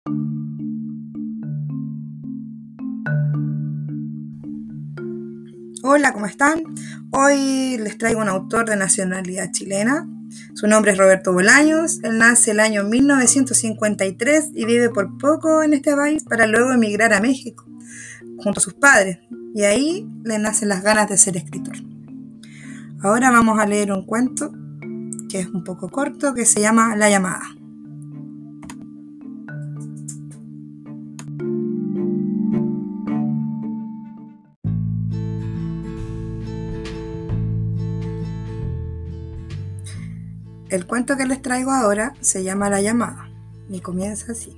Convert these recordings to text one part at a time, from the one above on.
Hola, ¿cómo están? Hoy les traigo un autor de nacionalidad chilena. Su nombre es Roberto Bolaños. Él nace el año 1953 y vive por poco en este país para luego emigrar a México junto a sus padres. Y ahí le nacen las ganas de ser escritor. Ahora vamos a leer un cuento que es un poco corto que se llama La llamada. El cuento que les traigo ahora se llama La llamada y comienza así.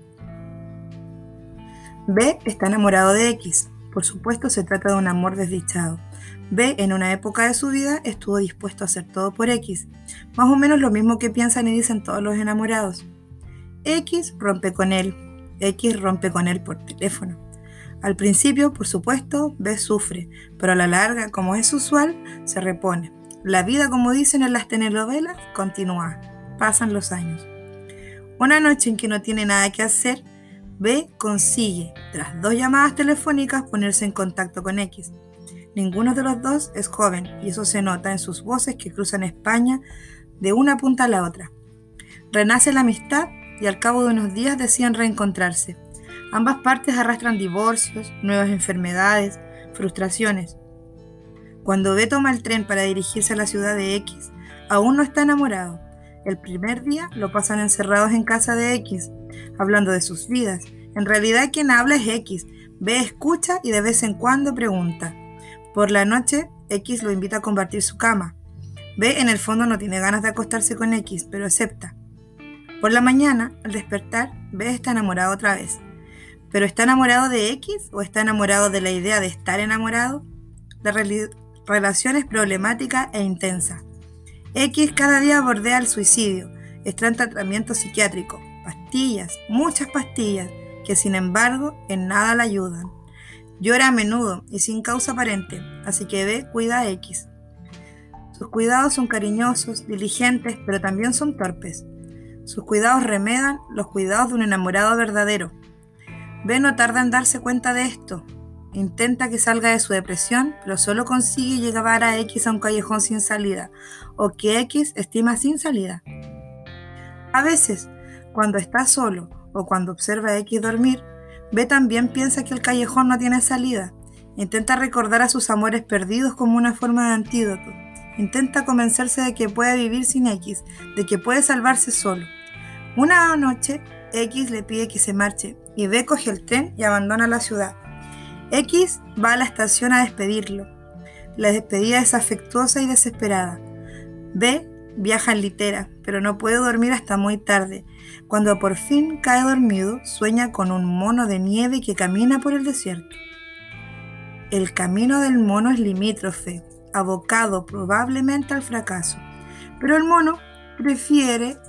B está enamorado de X. Por supuesto se trata de un amor desdichado. B en una época de su vida estuvo dispuesto a hacer todo por X, más o menos lo mismo que piensan y dicen todos los enamorados. X rompe con él. X rompe con él por teléfono. Al principio, por supuesto, B sufre, pero a la larga, como es usual, se repone. La vida, como dicen en las telenovelas, continúa. Pasan los años. Una noche en que no tiene nada que hacer, B consigue, tras 2 llamadas telefónicas, ponerse en contacto con X. Ninguno de los dos es joven, y eso se nota en sus voces que cruzan España de una punta a la otra. Renace la amistad y al cabo de unos días deciden reencontrarse. Ambas partes arrastran divorcios, nuevas enfermedades, frustraciones. Cuando B toma el tren para dirigirse a la ciudad de X, aún no está enamorado. El primer día lo pasan encerrados en casa de X, hablando de sus vidas. En realidad quien habla es X. B escucha y de vez en cuando pregunta. Por la noche, X lo invita a compartir su cama. B en el fondo no tiene ganas de acostarse con X, pero acepta. Por la mañana, al despertar, B está enamorado otra vez. ¿Pero está enamorado de X o está enamorado de la idea de estar enamorado? La relación es problemática e intensa. X cada día bordea el suicidio, está en tratamiento psiquiátrico, pastillas, muchas pastillas, que sin embargo en nada le ayudan. Llora a menudo y sin causa aparente, así que B cuida a X. Sus cuidados son cariñosos, diligentes, pero también son torpes. Sus cuidados remedan los cuidados de un enamorado verdadero. B no tarda en darse cuenta de esto. Intenta que salga de su depresión, pero solo consigue llevar a X a un callejón sin salida, o que X estima sin salida. A veces, cuando está solo o cuando observa a X dormir, B también piensa que el callejón no tiene salida. Intenta recordar a sus amores perdidos como una forma de antídoto. Intenta convencerse de que puede vivir sin X, de que puede salvarse solo. Una noche, X le pide que se marche y B coge el tren y abandona la ciudad. X va a la estación a despedirlo. La despedida es afectuosa y desesperada. B viaja en litera, pero no puede dormir hasta muy tarde. Cuando por fin cae dormido, sueña con un mono de nieve que camina por el desierto. El camino del mono es limítrofe, abocado probablemente al fracaso, pero el mono prefiere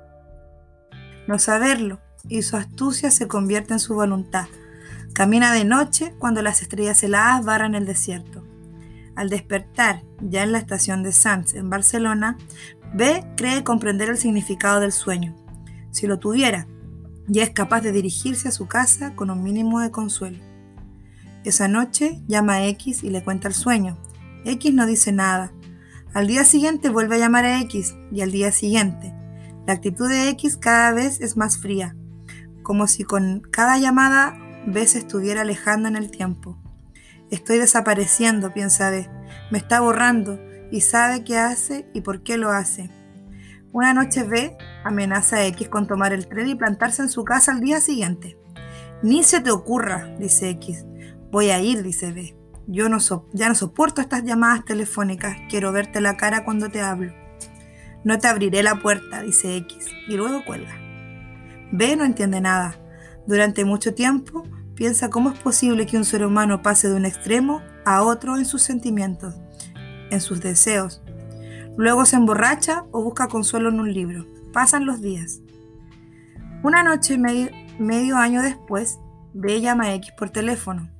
no saberlo y su astucia se convierte en su voluntad. Camina de noche cuando las estrellas heladas barran el desierto. Al despertar, ya en la estación de Sants, en Barcelona, B cree comprender el significado del sueño. Si lo tuviera, ya es capaz de dirigirse a su casa con un mínimo de consuelo. Esa noche llama a X y le cuenta el sueño. X no dice nada. Al día siguiente vuelve a llamar a X y al día siguiente. La actitud de X cada vez es más fría, como si con cada llamada B se estuviera alejando en el tiempo. Estoy desapareciendo, piensa B. Me está borrando y sabe qué hace y por qué lo hace. Una noche B amenaza a X con tomar el tren y plantarse en su casa al día siguiente. Ni se te ocurra, dice X. Voy a ir, dice B. Ya no soporto estas llamadas telefónicas. Quiero verte la cara cuando te hablo. No te abriré la puerta, dice X, y luego cuelga. B no entiende nada. Durante mucho tiempo piensa cómo es posible que un ser humano pase de un extremo a otro en sus sentimientos, en sus deseos. Luego se emborracha o busca consuelo en un libro. Pasan los días. Una noche, medio año después, B llama a X por teléfono.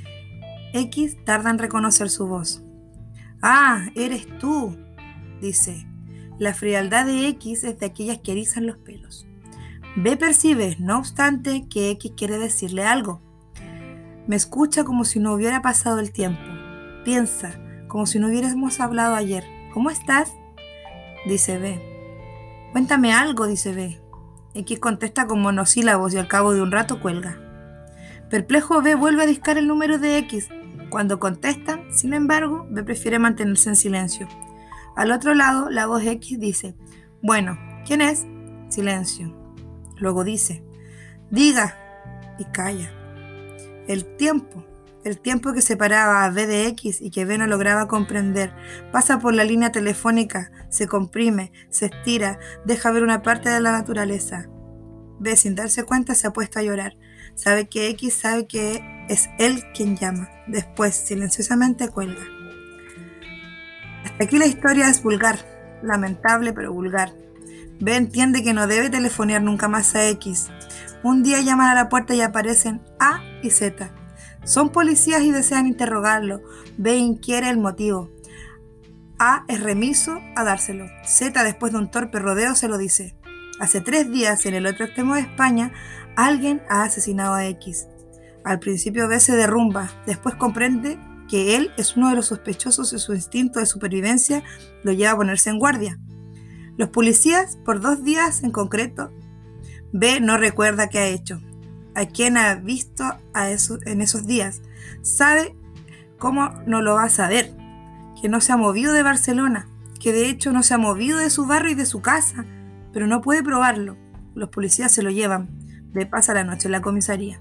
X tarda en reconocer su voz. «Ah, eres tú», dice. La frialdad de X es de aquellas que erizan los pelos. B percibe, no obstante, que X quiere decirle algo. Me escucha como si no hubiera pasado el tiempo. Piensa, como si no hubiéramos hablado ayer. ¿Cómo estás? Dice B. Cuéntame algo, dice B. X contesta con monosílabos y al cabo de un rato cuelga. Perplejo, B vuelve a discar el número de X. Cuando contestan, sin embargo, B prefiere mantenerse en silencio. Al otro lado, la voz X dice, bueno, ¿quién es? Silencio. Luego dice, diga, y calla. El tiempo que separaba a B de X y que B no lograba comprender, pasa por la línea telefónica, se comprime, se estira, deja ver una parte de la naturaleza. B, sin darse cuenta, se ha puesto a llorar. Sabe que X sabe que es él quien llama. Después, silenciosamente, cuelga. Hasta aquí la historia es vulgar, lamentable pero vulgar. B entiende que no debe telefonear nunca más a X. Un día llaman a la puerta y aparecen A y Z. Son policías y desean interrogarlo. B inquiere el motivo. A es remiso a dárselo. Z, después de un torpe rodeo, se lo dice. Hace 3 días, en el otro extremo de España, alguien ha asesinado a X. Al principio B se derrumba, después comprende que él es uno de los sospechosos y su instinto de supervivencia lo lleva a ponerse en guardia. Los policías, por 2 días en concreto, B no recuerda qué ha hecho, a quién ha visto en esos días. Sabe cómo no lo va a saber, que no se ha movido de Barcelona, que de hecho no se ha movido de su barrio y de su casa, pero no puede probarlo. Los policías se lo llevan. B pasa la noche en la comisaría.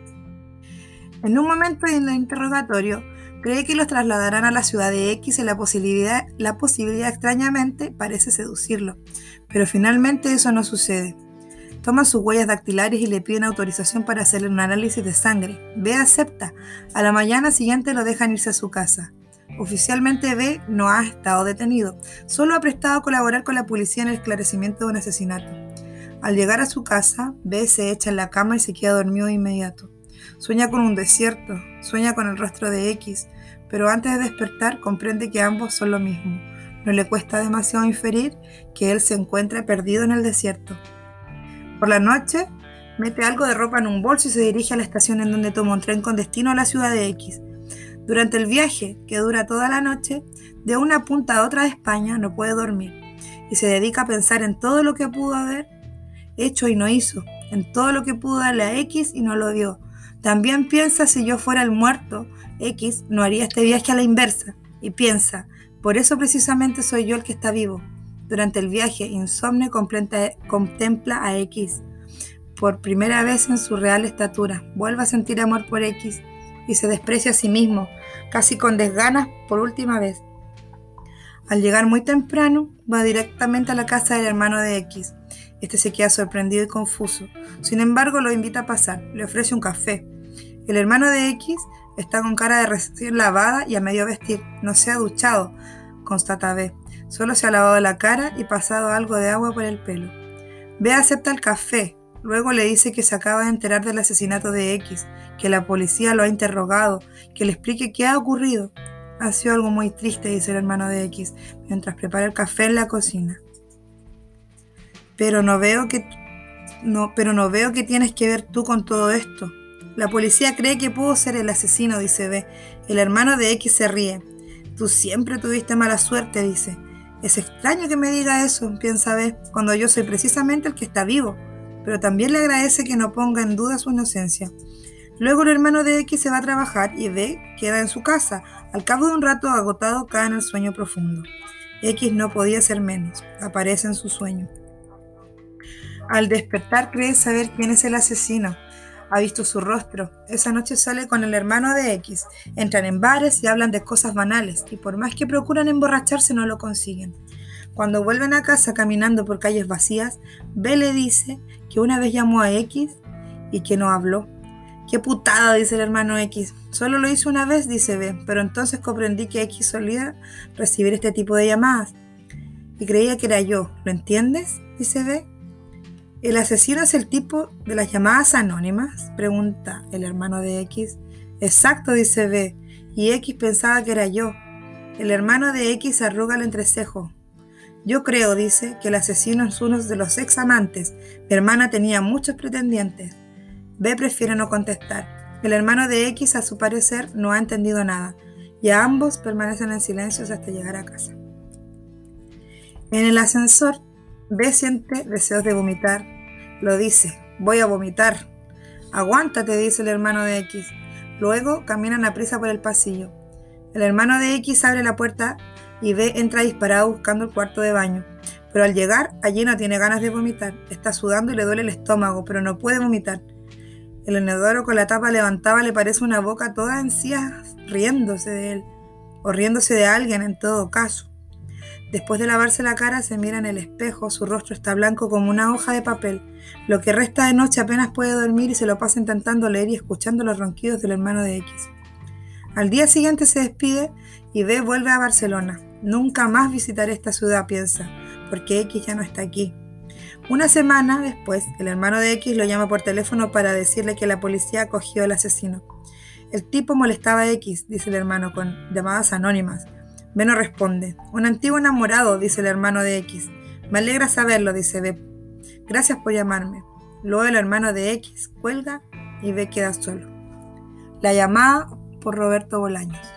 En un momento en el interrogatorio, cree que los trasladarán a la ciudad de X y la posibilidad extrañamente parece seducirlo, pero finalmente eso no sucede. Toman sus huellas dactilares y le piden autorización para hacerle un análisis de sangre. B acepta. A la mañana siguiente lo dejan irse a su casa. Oficialmente B no ha estado detenido, solo ha prestado a colaborar con la policía en el esclarecimiento de un asesinato. Al llegar a su casa, B se echa en la cama y se queda dormido de inmediato. Sueña con un desierto, sueña con el rostro de X, pero antes de despertar comprende que ambos son lo mismo. No le cuesta demasiado inferir que él se encuentra perdido en el desierto. Por la noche, mete algo de ropa en un bolso y se dirige a la estación en donde toma un tren con destino a la ciudad de X. Durante el viaje, que dura toda la noche, de una punta a otra de España no puede dormir y se dedica a pensar en todo lo que pudo haber hecho y no hizo, en todo lo que pudo darle a X y no lo dio. También piensa, si yo fuera el muerto, X no haría este viaje a la inversa. Y piensa, por eso precisamente soy yo el que está vivo. Durante el viaje, insomne contempla a X. Por primera vez en su real estatura, vuelve a sentir amor por X y se desprecia a sí mismo, casi con desganas por última vez. Al llegar muy temprano, va directamente a la casa del hermano de X. Este se queda sorprendido y confuso. Sin embargo, lo invita a pasar. Le ofrece un café. El hermano de X está con cara de recién lavada y a medio vestir. No se ha duchado, constata B. Solo se ha lavado la cara y pasado algo de agua por el pelo. B acepta el café. Luego le dice que se acaba de enterar del asesinato de X, que la policía lo ha interrogado, que le explique qué ha ocurrido. Ha sido algo muy triste, dice el hermano de X, mientras prepara el café en la cocina. Pero no veo que tienes que ver tú con todo esto. La policía cree que puedo ser el asesino, dice B. El hermano de X se ríe. Tú siempre tuviste mala suerte, dice. Es extraño que me diga eso, piensa B, cuando yo soy precisamente el que está vivo. Pero también le agradece que no ponga en duda su inocencia. Luego el hermano de X se va a trabajar y B queda en su casa. Al cabo de un rato, agotado, cae en el sueño profundo. X no podía ser menos. Aparece en su sueño. Al despertar cree saber quién es el asesino. Ha visto su rostro. Esa noche sale con el hermano de X. Entran en bares y hablan de cosas banales, y por más que procuran emborracharse no lo consiguen. Cuando vuelven a casa caminando por calles vacías, B le dice que una vez llamó a X y que no habló. ¡Qué putada!, dice el hermano X. Solo lo hice una vez, dice B, pero entonces comprendí que X solía recibir este tipo de llamadas. Y creía que era yo. ¿Lo entiendes?, dice B. ¿El asesino es el tipo de las llamadas anónimas?, pregunta el hermano de X. Exacto, dice B. Y X pensaba que era yo. El hermano de X arruga el entrecejo. Yo creo, dice, que el asesino es uno de los ex amantes. Mi hermana tenía muchos pretendientes. B prefiere no contestar. El hermano de X, a su parecer, no ha entendido nada, y a ambos permanecen en silencio hasta llegar a casa. En el ascensor, B siente deseos de vomitar. Lo dice: voy a vomitar. Aguántate, dice el hermano de X. Luego caminan a prisa por el pasillo. El hermano de X abre la puerta y B entra disparado buscando el cuarto de baño. Pero al llegar, allí no tiene ganas de vomitar. Está sudando y le duele el estómago, pero no puede vomitar. El inodoro con la tapa levantada le parece una boca toda encías riéndose de él, o riéndose de alguien en todo caso. Después de lavarse la cara, se mira en el espejo, su rostro está blanco como una hoja de papel. Lo que resta de noche apenas puede dormir y se lo pasa intentando leer y escuchando los ronquidos del hermano de X. Al día siguiente se despide y B vuelve a Barcelona. Nunca más visitaré esta ciudad, piensa, porque X ya no está aquí. Una semana después, el hermano de X lo llama por teléfono para decirle que la policía acogió al asesino. El tipo molestaba a X, dice el hermano, con llamadas anónimas. B no responde. Un antiguo enamorado, dice el hermano de X. Me alegra saberlo, dice B. Gracias por llamarme. Luego el hermano de X cuelga y B queda solo. La llamada por Roberto Bolaños.